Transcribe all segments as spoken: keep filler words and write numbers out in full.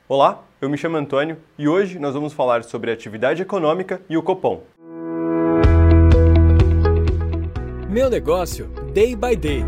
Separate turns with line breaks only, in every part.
Olá, eu me chamo Antônio e hoje nós vamos falar sobre a atividade econômica e o Copom.
Meu negócio, Day by Day.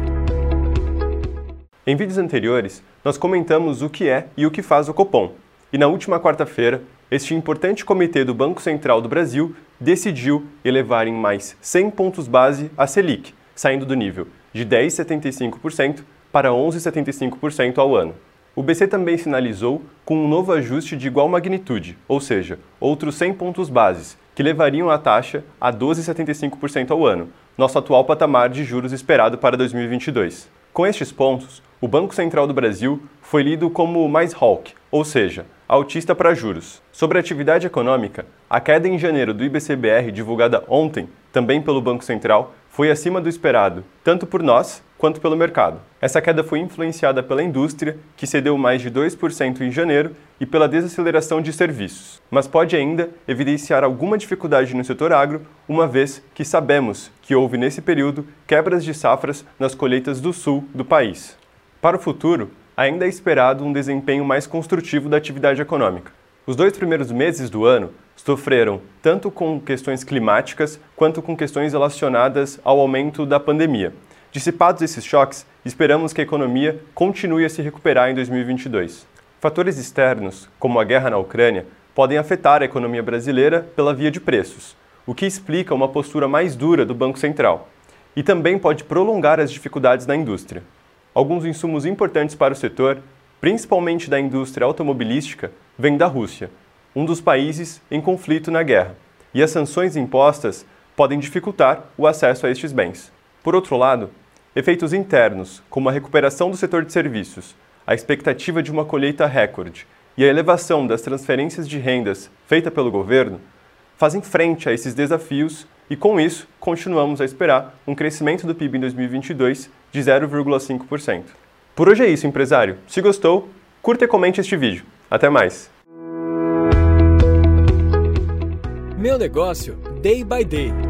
Em vídeos anteriores, nós comentamos o que é e o que faz o Copom. E na última quarta-feira, este importante comitê do Banco Central do Brasil decidiu elevar em mais cem pontos base a Selic, saindo do nível de dez vírgula setenta e cinco por cento para onze vírgula setenta e cinco por cento ao ano. O B C também sinalizou com um novo ajuste de igual magnitude, ou seja, outros cem pontos bases, que levariam a taxa a doze vírgula setenta e cinco por cento ao ano, nosso atual patamar de juros esperado para dois mil e vinte e dois. Com estes pontos, o Banco Central do Brasil foi lido como mais hawk, ou seja, altista para juros. Sobre a atividade econômica, a queda em janeiro do I B C B R divulgada ontem, também pelo Banco Central, foi acima do esperado, tanto por nós quanto pelo mercado. Essa queda foi influenciada pela indústria, que cedeu mais de dois por cento em janeiro, e pela desaceleração de serviços, mas pode ainda evidenciar alguma dificuldade no setor agro, uma vez que sabemos que houve nesse período quebras de safras nas colheitas do sul do país. Para o futuro, ainda é esperado um desempenho mais construtivo da atividade econômica. Os dois primeiros meses do ano sofreram tanto com questões climáticas quanto com questões relacionadas ao aumento da pandemia. Dissipados esses choques, esperamos que a economia continue a se recuperar em dois mil e vinte e dois. Fatores externos, como a guerra na Ucrânia, podem afetar a economia brasileira pela via de preços, o que explica uma postura mais dura do Banco Central, e também pode prolongar as dificuldades na indústria. Alguns insumos importantes para o setor, principalmente da indústria automobilística, vêm da Rússia, um dos países em conflito na guerra, e as sanções impostas podem dificultar o acesso a estes bens. Por outro lado, efeitos internos, como a recuperação do setor de serviços, a expectativa de uma colheita recorde e a elevação das transferências de rendas feita pelo governo, fazem frente a esses desafios e, com isso, continuamos a esperar um crescimento do P I B em dois mil e vinte e dois de zero vírgula cinco por cento. Por hoje é isso, empresário. Se gostou, curta e comente este vídeo. Até mais!
Meu negócio, Day by Day.